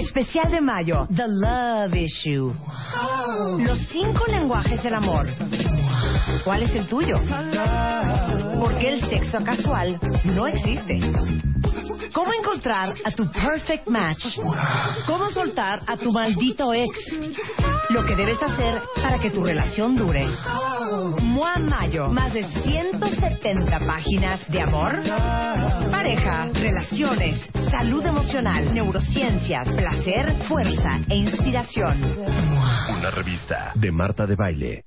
Especial de mayo, The Love Issue. Los 5 lenguajes del amor. ¿Cuál es el tuyo? ¿Por qué el sexo casual no existe? ¿Cómo encontrar a tu perfect match? ¿Cómo soltar a tu maldito ex? Lo que debes hacer para que tu relación dure. MOA Mayo, más de 170 páginas de amor, pareja, relaciones, salud emocional, neurociencias, placer, fuerza e inspiración. Una revista de Marta de Baile.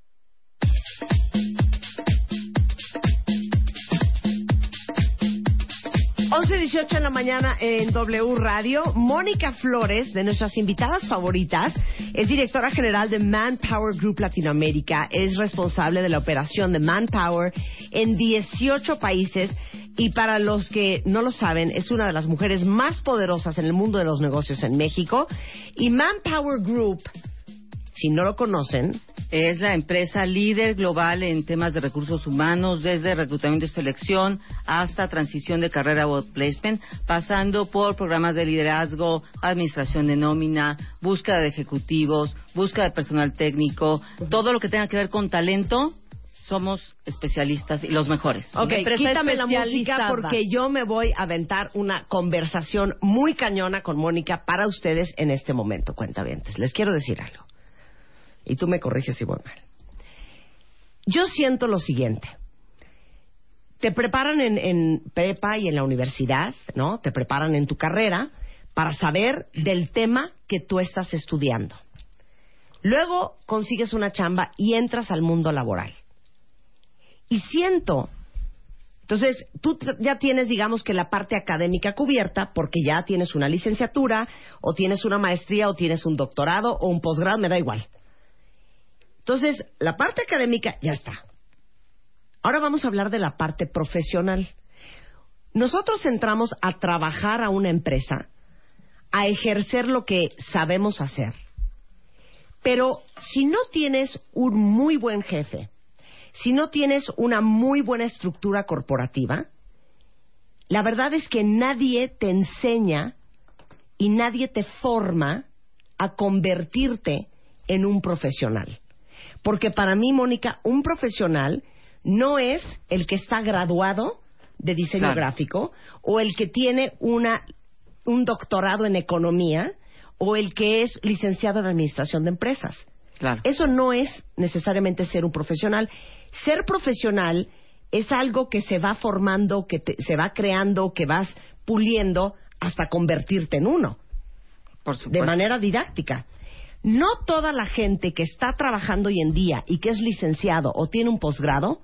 11:18 en la mañana en W Radio. Mónica Flores, de nuestras invitadas favoritas, es directora general de Manpower Group Latinoamérica. Es responsable de la operación de Manpower en 18 países y, para los que no lo saben, es una de las mujeres más poderosas en el mundo de los negocios en México. Y Manpower Group, si no lo conocen, es la empresa líder global en temas de recursos humanos, desde reclutamiento y selección hasta transición de carrera o placement, pasando por programas de liderazgo, administración de nómina, búsqueda de ejecutivos, búsqueda de personal técnico, todo lo que tenga que ver con talento. Somos especialistas y los mejores. Ok, quítame la música porque yo me voy a aventar una conversación muy cañona con Mónica para ustedes en este momento, cuentavientes. Les quiero decir algo. Y tú me corriges si voy mal. Yo siento lo siguiente. Te preparan en prepa y en la universidad, ¿no? Te preparan en tu carrera para saber del tema que tú estás estudiando. Luego consigues una chamba y entras al mundo laboral. Y siento... Entonces, tú ya tienes, digamos, que la parte académica cubierta porque ya tienes una licenciatura, o tienes una maestría, o tienes un doctorado, o un posgrado, me da igual. Entonces, la parte académica ya está. Ahora vamos a hablar de la parte profesional. Nosotros entramos a trabajar a una empresa, a ejercer lo que sabemos hacer. Pero si no tienes un muy buen jefe, si no tienes una muy buena estructura corporativa, la verdad es que nadie te enseña y nadie te forma a convertirte en un profesional. Porque para mí, Mónica, un profesional no es el que está graduado de diseño gráfico, o el que tiene un doctorado en economía, o el que es licenciado en administración de empresas. Claro. Eso no es necesariamente ser un profesional. Ser profesional es algo que se va formando, se va creando, que vas puliendo hasta convertirte en uno. Por supuesto. De manera didáctica. No toda la gente que está trabajando hoy en día y que es licenciado o tiene un posgrado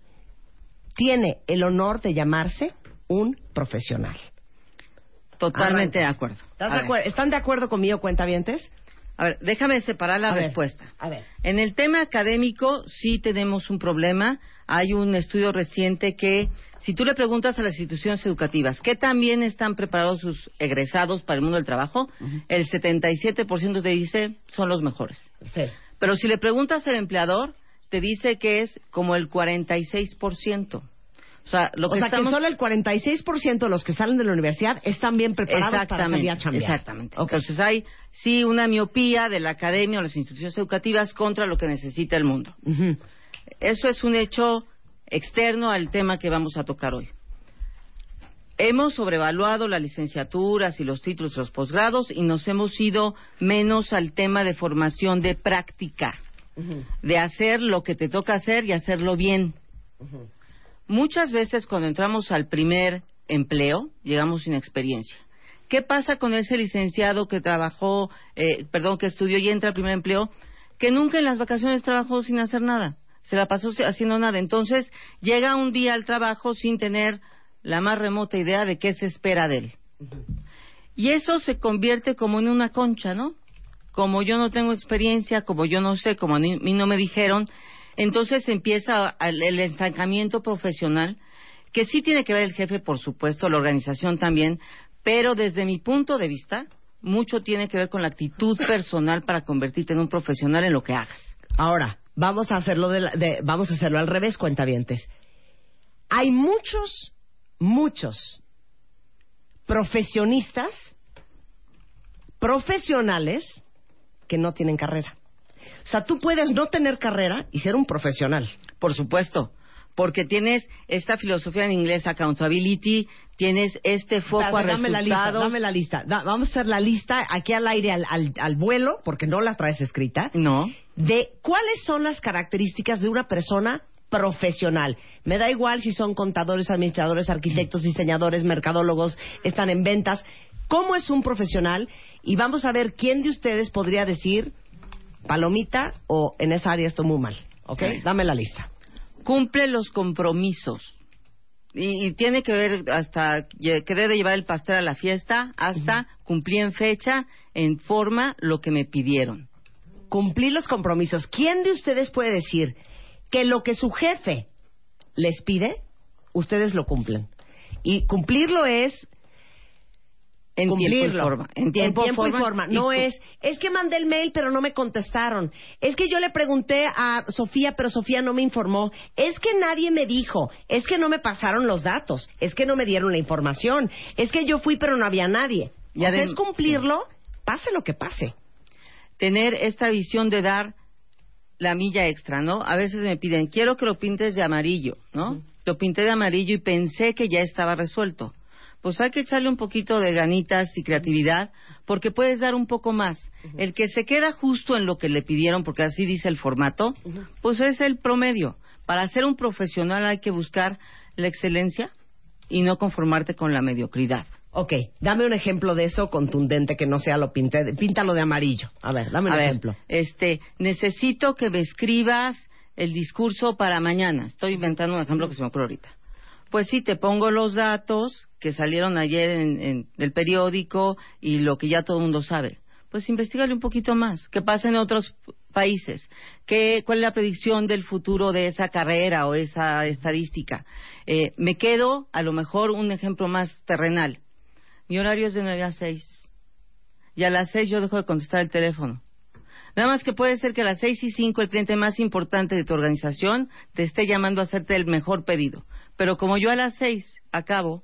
tiene el honor de llamarse un profesional. Totalmente de acuerdo. ¿Están de acuerdo conmigo, cuentavientes? A ver, déjame separar la respuesta. A ver. En el tema académico sí tenemos un problema. Hay un estudio reciente que, si tú le preguntas a las instituciones educativas ¿qué tan bien están preparados sus egresados para el mundo del trabajo? El 77% te dice son los mejores. Sí. Pero si le preguntas al empleador, te dice que es como el 46%. O sea, que solo el 46% de los que salen de la universidad están bien preparados para salir a chambear. Exactamente. Okay. Entonces hay sí una miopía de la academia o las instituciones educativas contra lo que necesita el mundo. Uh-huh. Eso es un hecho externo al tema que vamos a tocar hoy. Hemos sobrevaluado las licenciaturas y los títulos de los posgrados y nos hemos ido menos al tema de formación de práctica, de hacer lo que te toca hacer y hacerlo bien. Uh-huh. Muchas veces cuando entramos al primer empleo, llegamos sin experiencia. ¿Qué pasa con ese licenciado que que estudió y entra al primer empleo? Que nunca en las vacaciones trabajó sin hacer nada. Se la pasó haciendo nada. Entonces, llega un día al trabajo sin tener la más remota idea de qué se espera de él. Uh-huh. Y eso se convierte como en una concha, ¿no? Como yo no tengo experiencia, como yo no sé, como a mí no me dijeron... Entonces empieza el estancamiento profesional, que sí tiene que ver el jefe, por supuesto, la organización también, pero desde mi punto de vista, mucho tiene que ver con la actitud personal para convertirte en un profesional en lo que hagas. Ahora, vamos a hacerlo al revés, cuentavientes. Hay muchos profesionistas profesionales que no tienen carrera. O sea, tú puedes no tener carrera y ser un profesional. Por supuesto, porque tienes esta filosofía en inglés, accountability, tienes este foco a resultados. Dame la lista. Vamos a hacer la lista aquí al aire, al vuelo, porque no la traes escrita. No. De cuáles son las características de una persona profesional. Me da igual si son contadores, administradores, arquitectos, diseñadores, mercadólogos, están en ventas. ¿Cómo es un profesional? Y vamos a ver quién de ustedes podría decir palomita o en esa área estoy muy mal. ¿Ok? Dame la lista. Cumple los compromisos. Y tiene que ver hasta querer llevar el pastel a la fiesta, hasta cumplir en fecha, en forma, lo que me pidieron. Cumplir los compromisos. ¿Quién de ustedes puede decir que lo que su jefe les pide, ustedes lo cumplen? Y cumplirlo es en tiempo y forma. En tiempo y forma. No es que mandé el mail pero no me contestaron. Es que yo le pregunté a Sofía pero Sofía no me informó. Es que nadie me dijo. Es que no me pasaron los datos. Es que no me dieron la información. Es que yo fui pero no había nadie. Y es cumplirlo, pase lo que pase. Tener esta visión de dar la milla extra, ¿no? A veces me piden, quiero que lo pintes de amarillo, ¿no? Lo pinté de amarillo y pensé que ya estaba resuelto. Pues hay que echarle un poquito de ganitas y creatividad, porque puedes dar un poco más. El que se queda justo en lo que le pidieron, porque así dice el formato, pues es el promedio. Para ser un profesional hay que buscar la excelencia y no conformarte con la mediocridad. Ok, dame un ejemplo de eso contundente que no sea lo píntalo de amarillo. A ver, dame un ejemplo. Necesito que me escribas el discurso para mañana. Estoy inventando un ejemplo que se me ocurre ahorita. Pues sí, te pongo los datos que salieron ayer en el periódico y lo que ya todo el mundo sabe. Pues investígale un poquito más. ¿Qué pasa en otros países? ¿Cuál es la predicción del futuro de esa carrera o esa estadística? Me quedo, a lo mejor, un ejemplo más terrenal. Mi horario es de 9 a 6. Y a las 6 yo dejo de contestar el teléfono. Nada más que puede ser que a las 6:05 el cliente más importante de tu organización te esté llamando a hacerte el mejor pedido. Pero como yo a las 6 acabo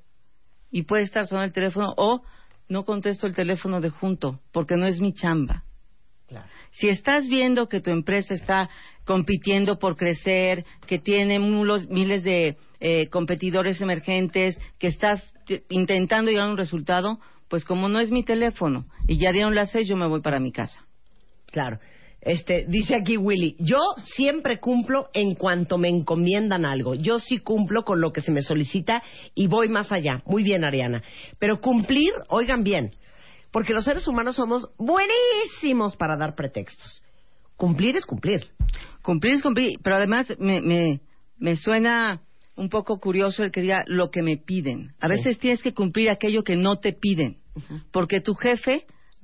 y puede estar sonando el teléfono o no contesto el teléfono de junto porque no es mi chamba. Claro. Si estás viendo que tu empresa está compitiendo por crecer, que tiene miles de competidores emergentes, que estás intentando llegar a un resultado, pues como no es mi teléfono y ya dieron las 6, yo me voy para mi casa. Claro. Dice aquí Willy, yo siempre cumplo en cuanto me encomiendan algo. Yo sí cumplo con lo que se me solicita y voy más allá. Muy bien, Ariana. Pero cumplir, oigan bien, porque los seres humanos somos buenísimos para dar pretextos. Cumplir es cumplir. Cumplir es cumplir, pero además me suena un poco curioso el que diga lo que me piden. A veces tienes que cumplir aquello que no te piden, porque tu jefe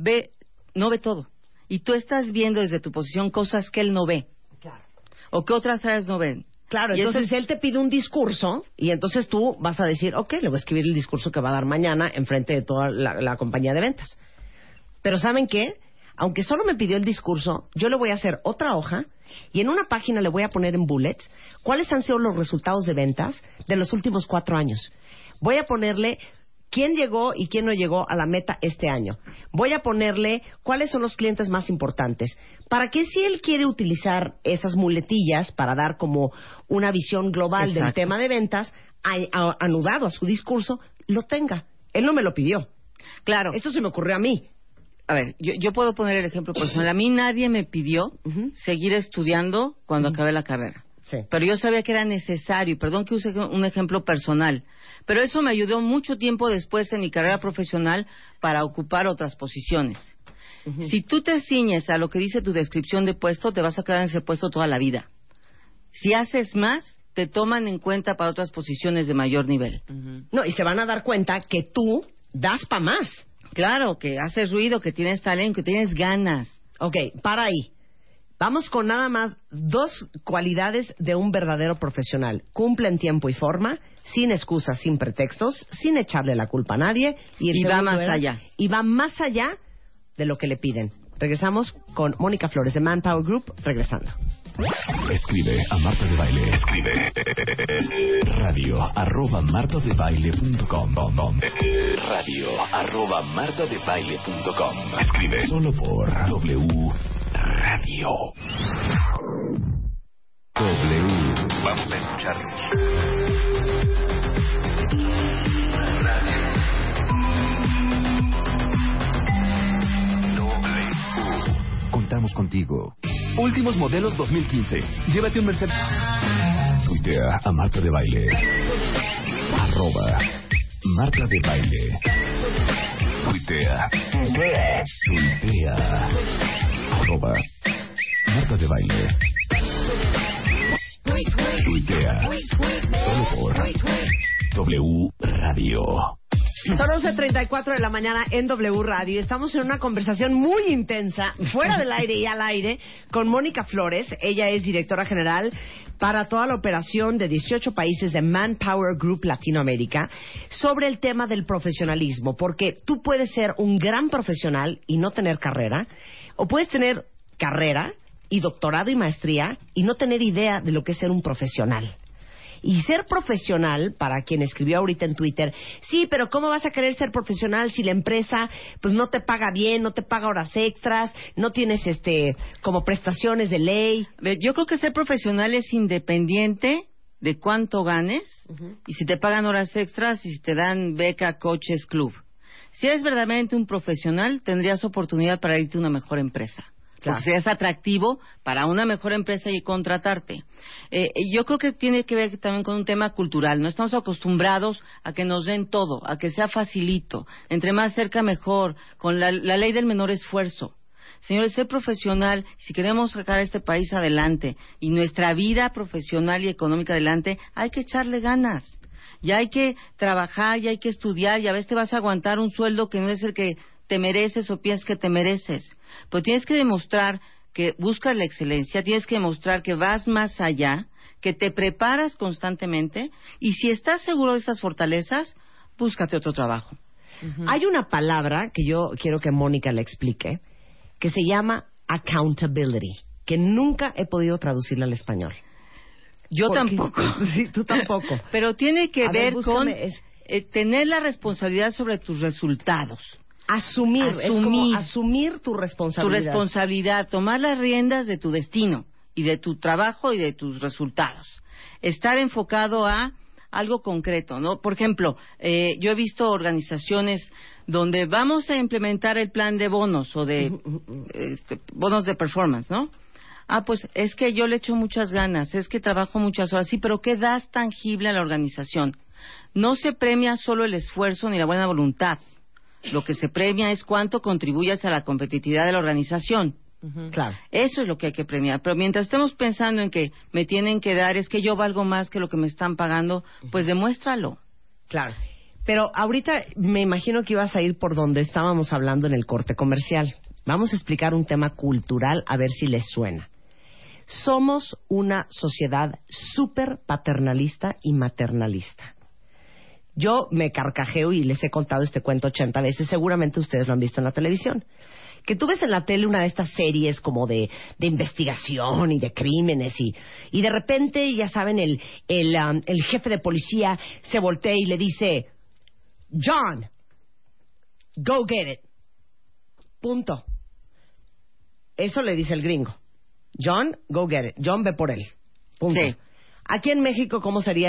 no ve todo. Y tú estás viendo desde tu posición cosas que él no ve. Claro. O que otras áreas no ven. Claro, y entonces él te pide un discurso y entonces tú vas a decir, ok, le voy a escribir el discurso que va a dar mañana enfrente de toda la compañía de ventas. Pero ¿saben qué? Aunque solo me pidió el discurso, yo le voy a hacer otra hoja y en una página le voy a poner en bullets cuáles han sido los resultados de ventas de los últimos 4 años. Voy a ponerle quién llegó y quién no llegó a la meta este año. Voy a ponerle cuáles son los clientes más importantes. Para que si él quiere utilizar esas muletillas para dar como una visión global del tema de ventas, anudado a su discurso, lo tenga. Él no me lo pidió. Claro. Eso se me ocurrió a mí. A ver, yo puedo poner el ejemplo personal. A mí nadie me pidió seguir estudiando cuando acabé la carrera. Sí. Pero yo sabía que era necesario. Perdón que use un ejemplo personal. Pero eso me ayudó mucho tiempo después en mi carrera profesional para ocupar otras posiciones. Si tú te ciñes a lo que dice tu descripción de puesto, te vas a quedar en ese puesto toda la vida. Si haces más, te toman en cuenta para otras posiciones de mayor nivel. No, y se van a dar cuenta que tú das para más. Claro, que haces ruido, que tienes talento, que tienes ganas. Ok, para ahí. Vamos con nada más 2 cualidades de un verdadero profesional. Cumple en tiempo y forma, sin excusas, sin pretextos, sin echarle la culpa a nadie. Y va más allá. Y va más allá de lo que le piden. Regresamos con Mónica Flores de Manpower Group, regresando. Escribe a Marta de Baile. Escribe radio@martadebaile.com. radio@martadebaile.com. Escribe solo por W Radio. W. Vamos a escucharlos. Contamos contigo. Últimos modelos 2015. Llévate un Mercedes. Tuitea a Marta de Baile. @Marta de Baile. Tuitea. @Marta de Baile. Tuitea. Solo por W Radio. Son 11:34 de la mañana en W Radio. Estamos en una conversación muy intensa, fuera del aire y al aire, con Mónica Flores. Ella es directora general para toda la operación de 18 países de Manpower Group Latinoamérica, sobre el tema del profesionalismo. Porque tú puedes ser un gran profesional y no tener carrera, o puedes tener carrera y doctorado y maestría y no tener idea de lo que es ser un profesional. Y ser profesional, para quien escribió ahorita en Twitter, sí, pero ¿cómo vas a querer ser profesional si la empresa pues no te paga bien, no te paga horas extras, no tienes como prestaciones de ley? Yo creo que ser profesional es independiente de cuánto ganes, y si te pagan horas extras y si te dan beca, coches, club. Si eres verdaderamente un profesional, tendrías oportunidad para irte a una mejor empresa. Porque seas atractivo para una mejor empresa y contratarte. Yo creo que tiene que ver también con un tema cultural. No estamos acostumbrados a que nos den todo, a que sea facilito. Entre más cerca, mejor. Con la ley del menor esfuerzo. Señores, ser profesional, si queremos sacar a este país adelante y nuestra vida profesional y económica adelante, hay que echarle ganas. Ya hay que trabajar, ya hay que estudiar, y a veces te vas a aguantar un sueldo que no es el que te mereces o piensas que te mereces. Pero tienes que demostrar que buscas la excelencia, tienes que demostrar que vas más allá, que te preparas constantemente, y si estás seguro de esas fortalezas, búscate otro trabajo. Hay una palabra que yo quiero que Mónica le explique, que se llama accountability, que nunca he podido traducirla al español. Yo tampoco. Sí, tú tampoco. Pero tiene que ver con tener la responsabilidad sobre tus resultados. Asumir, es como asumir tu responsabilidad. Tu responsabilidad, tomar las riendas de tu destino y de tu trabajo y de tus resultados. Estar enfocado a algo concreto, ¿no? Por ejemplo, yo he visto organizaciones donde vamos a implementar el plan de bonos o de bonos de performance, ¿no? Pues es que yo le echo muchas ganas, es que trabajo muchas horas. Sí, pero ¿qué das tangible a la organización? No se premia solo el esfuerzo ni la buena voluntad. Lo que se premia es cuánto contribuyas a la competitividad de la organización. Claro. Eso es lo que hay que premiar. Pero mientras estemos pensando en que me tienen que dar, es que yo valgo más que lo que me están pagando, pues demuéstralo. Claro. Pero ahorita me imagino que ibas a ir por donde estábamos hablando en el corte comercial. Vamos a explicar un tema cultural, a ver si les suena. Somos una sociedad súper paternalista y maternalista. Yo me carcajeo y les he contado este cuento 80 veces. Seguramente ustedes lo han visto en la televisión. Que tú ves en la tele una de estas series como de investigación y de crímenes y de repente, ya saben, el jefe de policía se voltea y le dice, John, go get it. Punto. Eso le dice el gringo. John, go get it. John, ve por él. Punto. Sí. Aquí en México, ¿cómo sería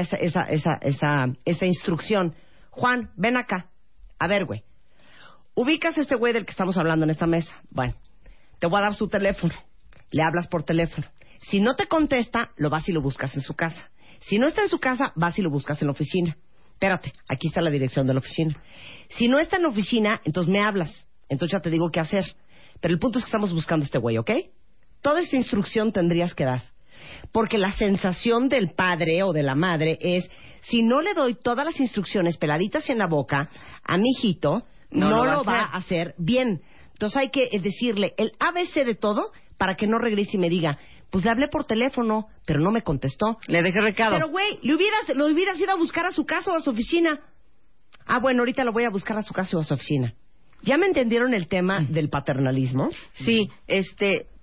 esa instrucción? Juan, ven acá. A ver, güey. Ubicas a este güey del que estamos hablando en esta mesa. Bueno, te voy a dar su teléfono. Le hablas por teléfono. Si no te contesta, lo vas y lo buscas en su casa. Si no está en su casa, vas y lo buscas en la oficina. Espérate, aquí está la dirección de la oficina. Si no está en la oficina, entonces me hablas. Entonces ya te digo qué hacer. Pero el punto es que estamos buscando a este güey, ¿ok? Toda esta instrucción tendrías que dar. Porque la sensación del padre o de la madre es, si no le doy todas las instrucciones peladitas en la boca a mi hijito, no lo va a hacer bien. Entonces hay que decirle el ABC de todo para que no regrese y me diga, pues le hablé por teléfono, pero no me contestó. Le dejé recado. Pero güey, lo hubieras ido a buscar a su casa o a su oficina. Bueno, ahorita lo voy a buscar a su casa o a su oficina. ¿Ya me entendieron el tema del paternalismo? Sí,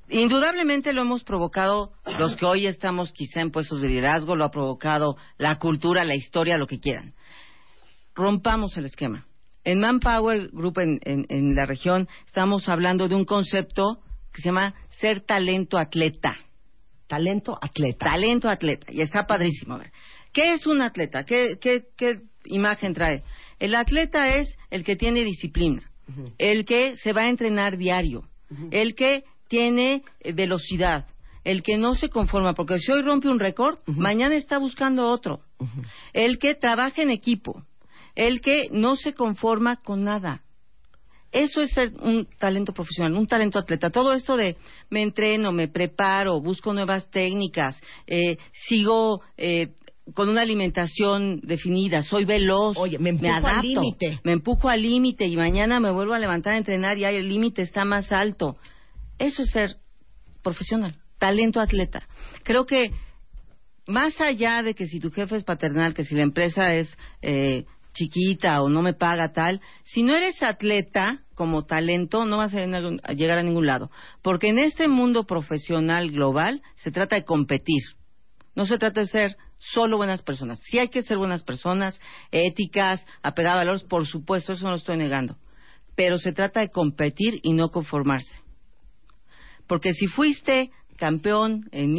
Indudablemente lo hemos provocado los que hoy estamos quizá en puestos de liderazgo, lo ha provocado la cultura, la historia, lo que quieran. Rompamos el esquema. En Manpower Group en la región estamos hablando de un concepto que se llama ser talento atleta. Talento atleta. Talento atleta. Y está padrísimo. A ver, ¿qué es un atleta? ¿Qué imagen trae? El atleta es el que tiene disciplina, el que se va a entrenar diario, el que tiene velocidad, el que no se conforma, porque si hoy rompe un récord, mañana está buscando otro, el que trabaja en equipo, el que no se conforma con nada. Eso es ser un talento profesional, un talento atleta. Todo esto de me entreno, me preparo, busco nuevas técnicas, sigo con una alimentación definida, soy veloz, oye, me empujo adapto, al límite. Me empujo al límite y mañana me vuelvo a levantar a entrenar y ahí el límite está más alto. Eso es ser profesional, talento atleta. Creo que más allá de que si tu jefe es paternal, que si la empresa es chiquita o no me paga tal, si no eres atleta como talento no vas a llegar a ningún lado. Porque en este mundo profesional global se trata de competir. No se trata de ser solo buenas personas. Sí hay que ser buenas personas, éticas, apegadas a valores, por supuesto, eso no lo estoy negando. Pero se trata de competir y no conformarse. Porque si fuiste campeón en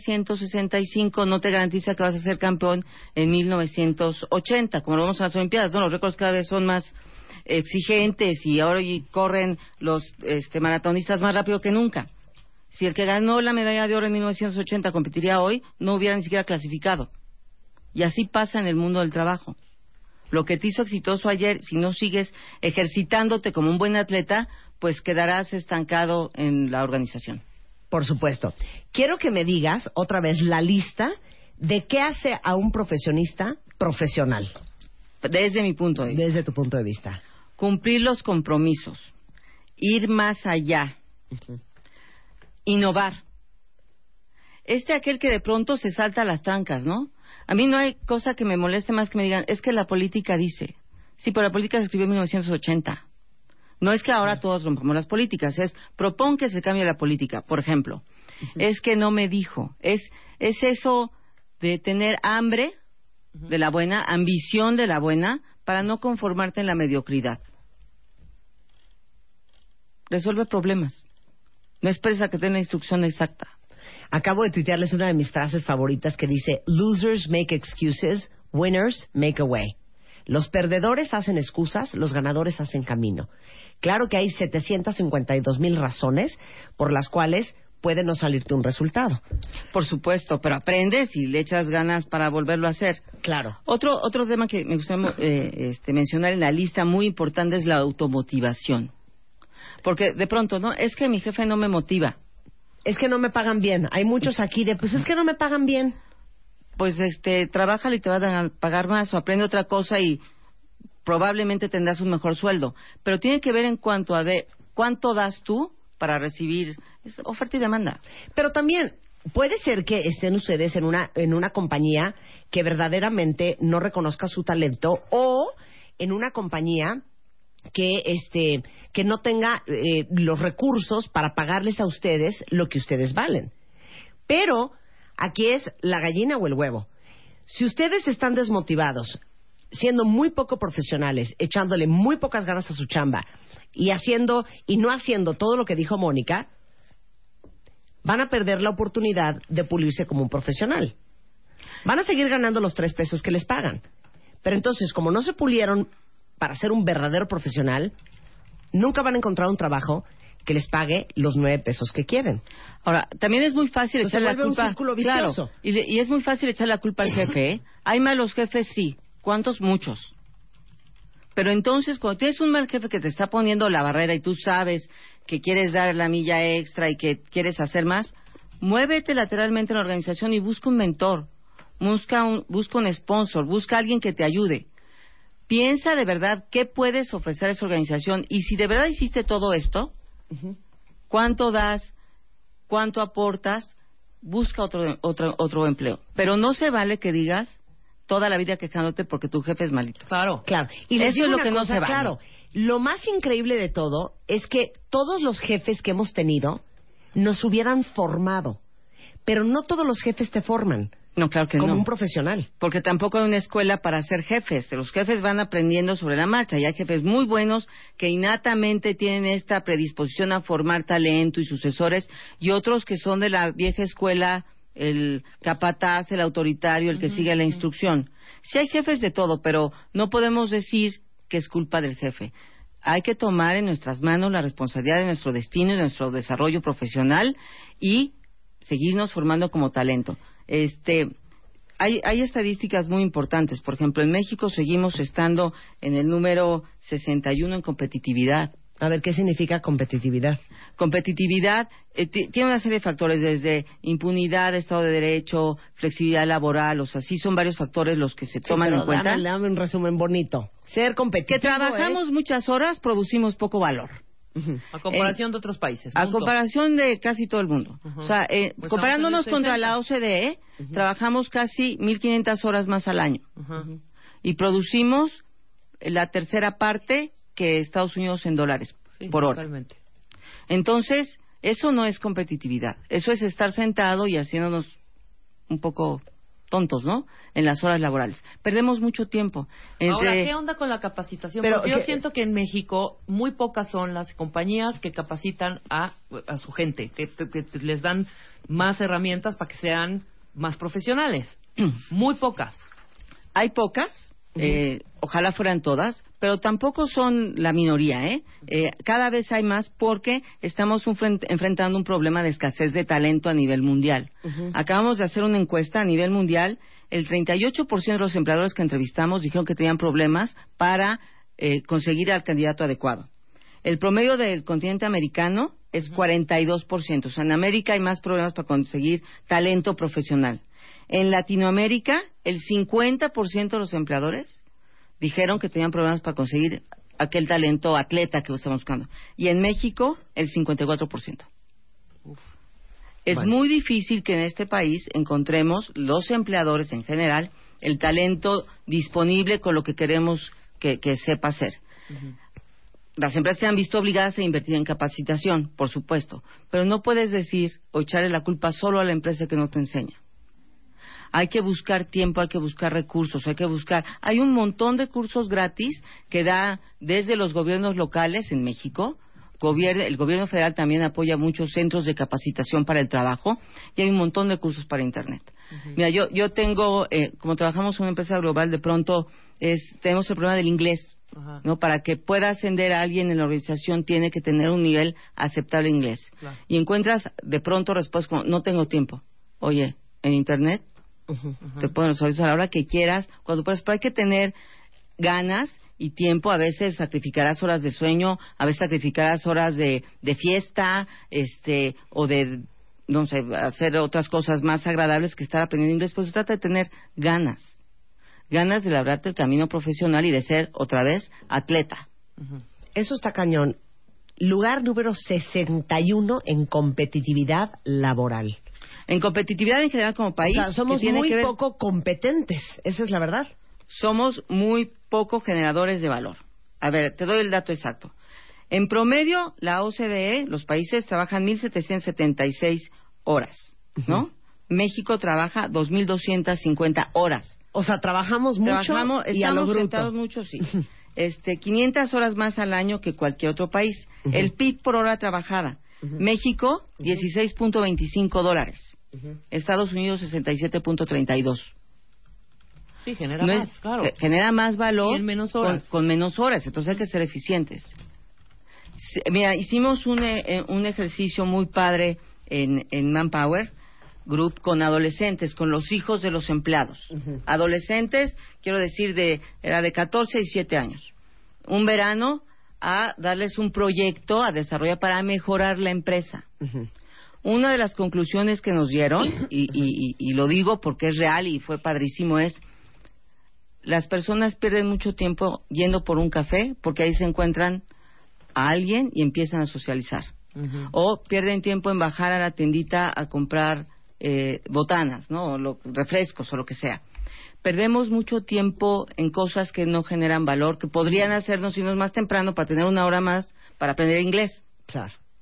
1965, no te garantiza que vas a ser campeón en 1980, como lo vemos en las Olimpiadas, ¿no? Los récords cada vez son más exigentes y ahora corren los maratonistas más rápido que nunca. Si el que ganó la medalla de oro en 1980 competiría hoy, no hubiera ni siquiera clasificado. Y así pasa en el mundo del trabajo. Lo que te hizo exitoso ayer, si no sigues ejercitándote como un buen atleta, pues quedarás estancado en la organización. Por supuesto. Quiero que me digas otra vez la lista de qué hace a un profesionista profesional. Desde mi punto de vista. Desde tu punto de vista. Cumplir los compromisos. Ir más allá. Innovar. Aquel que de pronto se salta a las trancas, ¿no? A mí no hay cosa que me moleste más que me digan, es que la política dice. Sí, pero la política se escribió en 1980. No es que ahora todos rompamos las políticas, propon que se cambie la política. Por ejemplo, es que no me dijo. Es eso de tener hambre de la buena, ambición de la buena, para no conformarte en la mediocridad. Resuelve problemas. No esperes a que tenga la instrucción exacta. Acabo de tuitearles una de mis frases favoritas que dice: losers make excuses, winners make a way. Los perdedores hacen excusas, los ganadores hacen camino. Claro que hay 752,000 razones por las cuales puede no salirte un resultado. Por supuesto, pero aprendes y le echas ganas para volverlo a hacer. Claro. Otro tema que me gustaría mencionar en la lista muy importante es la automotivación. Porque de pronto, ¿no? Es que mi jefe no me motiva. Es que no me pagan bien. Hay muchos aquí pues es que no me pagan bien. Pues trabájale y te van a pagar más, o aprende otra cosa y probablemente tendrás un mejor sueldo. Pero tiene que ver en cuanto a cuánto das tú para recibir oferta y demanda. Pero también puede ser que estén ustedes en una compañía que verdaderamente no reconozca su talento, o en una compañía que no tenga los recursos para pagarles a ustedes lo que ustedes valen. Pero aquí es la gallina o el huevo. Si ustedes están desmotivados, siendo muy poco profesionales, echándole muy pocas ganas a su chamba y no haciendo todo lo que dijo Mónica, van a perder la oportunidad de pulirse como un profesional. Van a seguir ganando los 3 pesos que les pagan. Pero entonces, como no se pulieron para ser un verdadero profesional, nunca van a encontrar un trabajo que les pague los 9 pesos que quieren. Ahora, también es muy fácil echar la culpa. Un círculo vicioso. Claro, y es muy fácil echar la culpa al jefe, ¿eh? Hay malos jefes, sí. ¿Cuántos? Muchos. Pero entonces, cuando tienes un mal jefe que te está poniendo la barrera y tú sabes que quieres dar la milla extra y que quieres hacer más, muévete lateralmente en la organización y busca un mentor, busca un sponsor, busca a alguien que te ayude. Piensa de verdad qué puedes ofrecer a esa organización, y si de verdad hiciste todo esto, cuánto das, cuánto aportas, busca otro empleo. Pero no se vale que digas toda la vida quejándote porque tu jefe es malito. Claro. Y eso es lo que no se vale. Claro. Lo más increíble de todo es que todos los jefes que hemos tenido nos hubieran formado. Pero no todos los jefes te forman. No, claro que como no. un profesional. Porque tampoco hay una escuela para ser jefes. Los jefes van aprendiendo sobre la marcha. Y hay jefes muy buenos que innatamente tienen esta predisposición a formar talento y sucesores, y otros que son de la vieja escuela, el capataz, el autoritario, el que sigue la instrucción. Sí hay jefes de todo, pero no podemos decir que es culpa del jefe. Hay que tomar en nuestras manos la responsabilidad de nuestro destino y de nuestro desarrollo profesional y seguirnos formando como talento. Hay estadísticas muy importantes. Por ejemplo, en México seguimos estando en el número 61 en competitividad. A ver, ¿qué significa competitividad? Competitividad tiene una serie de factores, desde impunidad, Estado de Derecho, flexibilidad laboral, o sea, sí son varios factores los que se toman en cuenta. Dame un resumen bonito. Ser competitivo. Que trabajamos muchas horas, producimos poco valor. A comparación de otros países. A comparación de casi todo el mundo. O sea, pues comparándonos contra la OCDE, trabajamos casi 1.500 horas más al año. Y producimos la tercera parte que Estados Unidos en dólares por hora. Totalmente. Entonces, eso no es competitividad. Eso es estar sentado y haciéndonos un poco tontos, ¿no? En las horas laborales. Perdemos mucho tiempo. Ahora, ¿qué onda con la capacitación? Pero, porque yo siento que en México muy pocas son las compañías que capacitan a su gente, que les dan más herramientas para que sean más profesionales. Muy pocas. Hay pocas. Ojalá fueran todas, pero tampoco son la minoría, cada vez hay más porque estamos enfrentando un problema de escasez de talento a nivel mundial. Acabamos de hacer una encuesta a nivel mundial. El 38% de los empleadores que entrevistamos dijeron que tenían problemas para conseguir al candidato adecuado. El promedio del continente americano es 42%. O sea, en América hay más problemas para conseguir talento profesional. En Latinoamérica, el 50% de los empleadores dijeron que tenían problemas para conseguir aquel talento atleta que estamos buscando. Y en México, el 54%. Es muy difícil que en este país encontremos, los empleadores en general, el talento disponible con lo que queremos que sepa hacer. Las empresas se han visto obligadas a invertir en capacitación, por supuesto, pero no puedes decir o echarle la culpa solo a la empresa que no te enseña. Hay que buscar tiempo, hay que buscar recursos, hay un montón de cursos gratis que da desde los gobiernos locales en México. El gobierno federal también apoya muchos centros de capacitación para el trabajo y hay un montón de cursos para Internet. Mira, yo tengo, como trabajamos en una empresa global, de pronto tenemos el problema del inglés, ¿no? Para que pueda ascender a alguien en la organización tiene que tener un nivel aceptable de inglés. Y encuentras de pronto respuestas como, no tengo tiempo. Oye, en Internet te ponen los horarios a la hora que quieras, cuando puedas, pero hay que tener ganas y tiempo. A veces sacrificarás horas de sueño, a veces sacrificarás horas de fiesta, o de, no sé, hacer otras cosas más agradables que estar aprendiendo inglés. Pues se trata de tener ganas de labrarte el camino profesional y de ser otra vez atleta. Eso está cañón. Lugar número 61 en competitividad laboral. En competitividad en general como país. O sea, somos muy poco competentes, esa es la verdad. Somos muy poco generadores de valor. A ver, te doy el dato exacto. En promedio, la OCDE, los países trabajan 1.776 horas, ¿no? México trabaja 2.250 horas. O sea, trabajamos mucho y a lo bruto. Estamos mucho, sí. 500 horas más al año que cualquier otro país. El PIB por hora trabajada. México, $16.25. Estados Unidos, 67.32. Sí, genera más, claro. Genera más valor y en menos horas. Con menos horas, entonces hay que ser eficientes. Mira, hicimos un ejercicio muy padre en Manpower Group con adolescentes, con los hijos de los empleados. Adolescentes, quiero decir, era de 14 y 7 años. Un verano a darles un proyecto a desarrollar para mejorar la empresa. Una de las conclusiones que nos dieron, y lo digo porque es real y fue padrísimo, es: las personas pierden mucho tiempo yendo por un café porque ahí se encuentran a alguien y empiezan a socializar. O pierden tiempo en bajar a la tiendita a comprar botanas, ¿no? O refrescos o lo que sea. Perdemos mucho tiempo en cosas que no generan valor, que podrían hacernos irnos más temprano para tener una hora más para aprender inglés. Claro.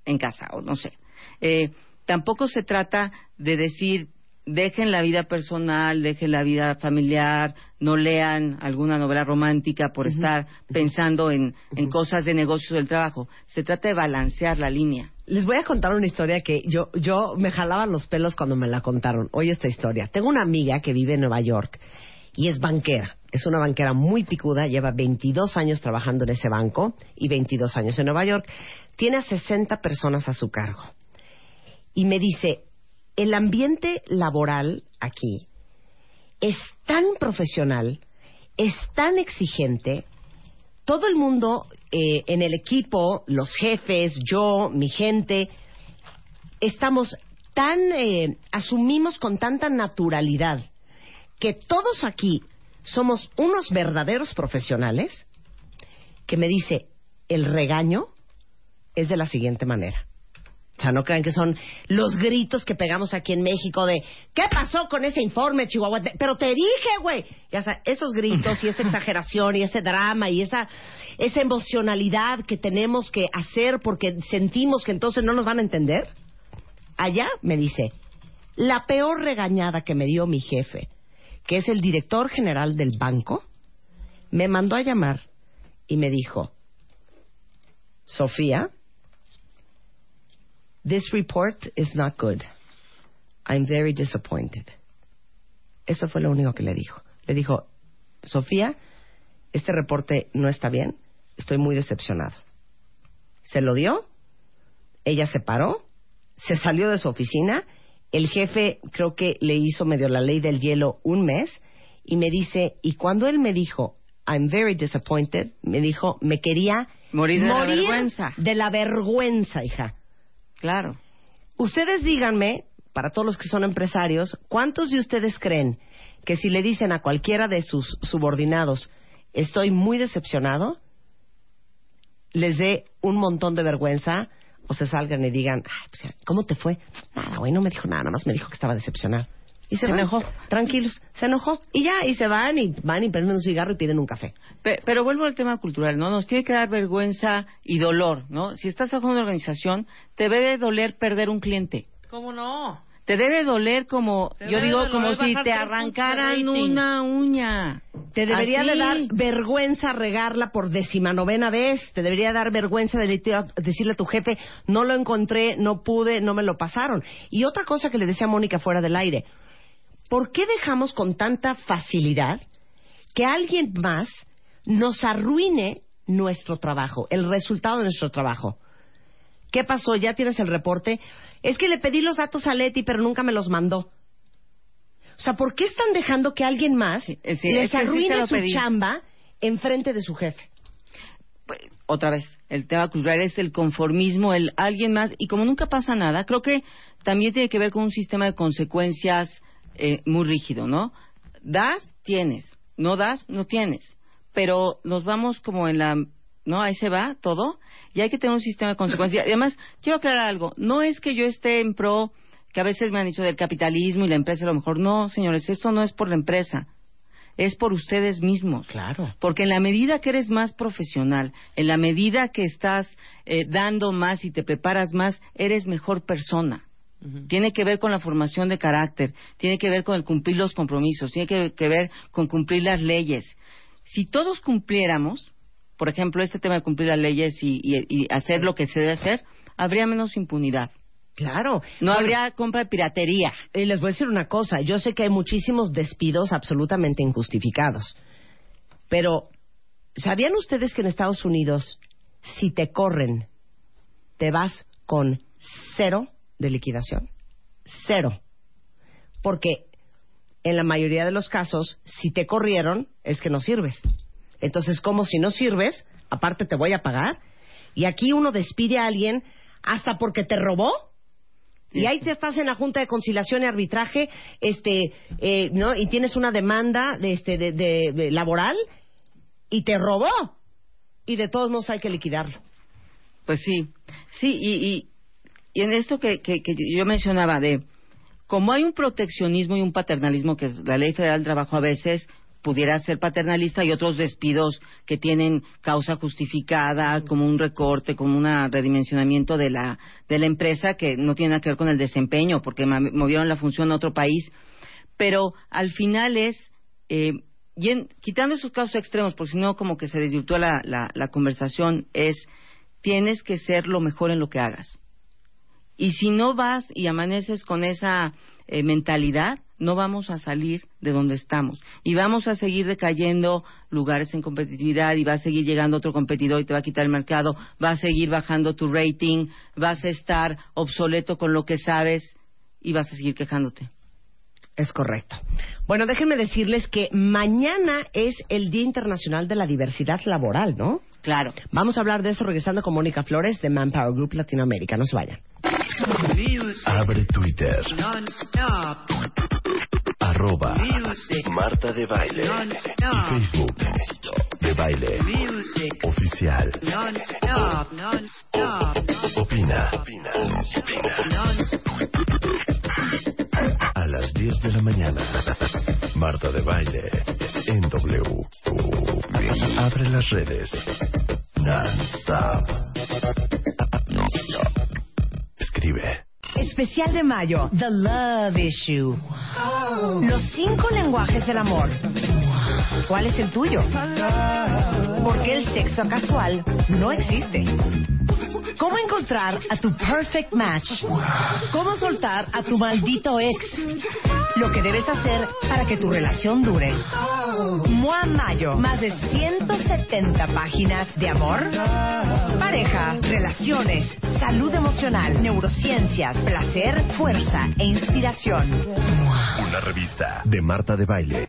en casa, o no sé. Tampoco se trata de decir, dejen la vida personal, dejen la vida familiar, no lean alguna novela romántica por estar pensando en cosas de negocios del trabajo. Se trata de balancear la línea. Les voy a contar una historia que yo me jalaba los pelos cuando me la contaron. Oye esta historia. Tengo una amiga que vive en Nueva York y es banquera. Es una banquera muy picuda, lleva 22 años trabajando en ese banco y 22 años en Nueva York. Tiene a 60 personas a su cargo. Y me dice, el ambiente laboral aquí es tan profesional, es tan exigente, todo el mundo en el equipo, los jefes, yo, mi gente, estamos tan, asumimos con tanta naturalidad que todos aquí somos unos verdaderos profesionales, que me dice, el regaño es de la siguiente manera. O sea, no crean que son los gritos que pegamos aquí en México de ¿qué pasó con ese informe, Chihuahua? Pero te dije, güey. Ya sabes, esos gritos y esa exageración y ese drama y esa emocionalidad que tenemos que hacer porque sentimos que entonces no nos van a entender. Allá me dice, la peor regañada que me dio mi jefe, que es el director general del banco, me mandó a llamar y me dijo, Sofía, this report is not good. I'm very disappointed. Eso fue lo único que le dijo. Le dijo, Sofía, este reporte no está bien. Estoy muy decepcionado. Se lo dio. Ella se paró. Se salió de su oficina. El jefe creo que le hizo medio la ley del hielo un mes. Y me dice, y cuando él me dijo, I'm very disappointed, me dijo, me quería morir de la vergüenza. De la vergüenza, hija. Claro. Ustedes díganme, para todos los que son empresarios, ¿cuántos de ustedes creen que si le dicen a cualquiera de sus subordinados, estoy muy decepcionado, les dé un montón de vergüenza o se salgan y digan, ay, pues, ¿cómo te fue? Nada, güey, no me dijo nada, nada más me dijo que estaba decepcionado. Y se enojó, tranquilos, se enojó. Y ya, y se van y prenden un cigarro y piden un café. Pero vuelvo al tema cultural, ¿no? Nos tiene que dar vergüenza y dolor, ¿no? Si estás trabajando en una organización, te debe doler perder un cliente. ¿Cómo no? Te debe doler como, yo digo, como si te arrancaran una uña. Te debería de dar vergüenza regarla por 19ª vez. Te debería dar vergüenza decirle a tu jefe, no lo encontré, no pude, no me lo pasaron. Y otra cosa que le decía a Mónica fuera del aire, ¿por qué dejamos con tanta facilidad que alguien más nos arruine nuestro trabajo, el resultado de nuestro trabajo? ¿Qué pasó? ¿Ya tienes el reporte? Es que le pedí los datos a Leti, pero nunca me los mandó. O sea, ¿por qué están dejando que alguien más les arruine su chamba en frente de su jefe? Otra vez, el tema cultural es el conformismo, el alguien más, y como nunca pasa nada, creo que también tiene que ver con un sistema de consecuencias muy rígido, ¿no? Das, tienes. No das, no tienes. Pero nos vamos como en la... ¿no? Ahí se va todo. Y hay que tener un sistema de consecuencias. Además, quiero aclarar algo. No es que yo esté en pro, que a veces me han dicho del capitalismo y la empresa a lo mejor. No, señores, esto no es por la empresa. Es por ustedes mismos. Claro. Porque en la medida que eres más profesional, en la medida que estás dando más y te preparas más, eres mejor persona. Tiene que ver con la formación de carácter, tiene que ver con el cumplir los compromisos, tiene que ver con cumplir las leyes. Si todos cumpliéramos, por ejemplo, este tema de cumplir las leyes y hacer lo que se debe hacer, habría menos impunidad. Claro. No habría compra de piratería. Y les voy a decir una cosa, yo sé que hay muchísimos despidos absolutamente injustificados, pero ¿sabían ustedes que en Estados Unidos, si te corren, te vas con 0 de liquidación? 0. Porque en la mayoría de los casos, si te corrieron, es que no sirves. Entonces, ¿cómo si no sirves? Aparte te voy a pagar. Y aquí uno despide a alguien hasta porque te robó. Y ahí te estás en la Junta de Conciliación y Arbitraje, ¿no? Y tienes una demanda de laboral y te robó. Y de todos modos hay que liquidarlo. Pues sí. Sí, y en esto que yo mencionaba de como hay un proteccionismo y un paternalismo que es la Ley Federal del Trabajo a veces pudiera ser paternalista, y otros despidos que tienen causa justificada, como un recorte, como un redimensionamiento de la empresa, que no tiene nada que ver con el desempeño, porque movieron la función a otro país. Pero al final es, quitando esos casos extremos, porque si no como que se desvirtúa la conversación, tienes que ser lo mejor en lo que hagas. Y si no vas y amaneces con esa mentalidad, no vamos a salir de donde estamos. Y vamos a seguir decayendo lugares en competitividad, y va a seguir llegando otro competidor y te va a quitar el mercado, va a seguir bajando tu rating, vas a estar obsoleto con lo que sabes y vas a seguir quejándote. Es correcto. Bueno, déjenme decirles que mañana es el Día Internacional de la Diversidad Laboral, ¿no? Claro. Vamos a hablar de eso regresando con Mónica Flores de Manpower Group Latinoamérica. No se vayan. Abre Twitter. @ Marta de Baile. Y Facebook. De Baile. Oficial. Opina. A las 10 de la mañana. Marta de Baile. En W. Abre las redes. Non-stop. Escribe. Especial de mayo, The Love Issue. Los 5 lenguajes del amor. ¿Cuál es el tuyo? Porque el sexo casual no existe. ¿Cómo encontrar a tu perfect match? ¿Cómo soltar a tu maldito ex? Lo que debes hacer para que tu relación dure. MOA Mayo, más de 170 páginas de amor, pareja, relaciones, salud emocional, neurociencias, placer, fuerza e inspiración. Una revista de Marta de Baile.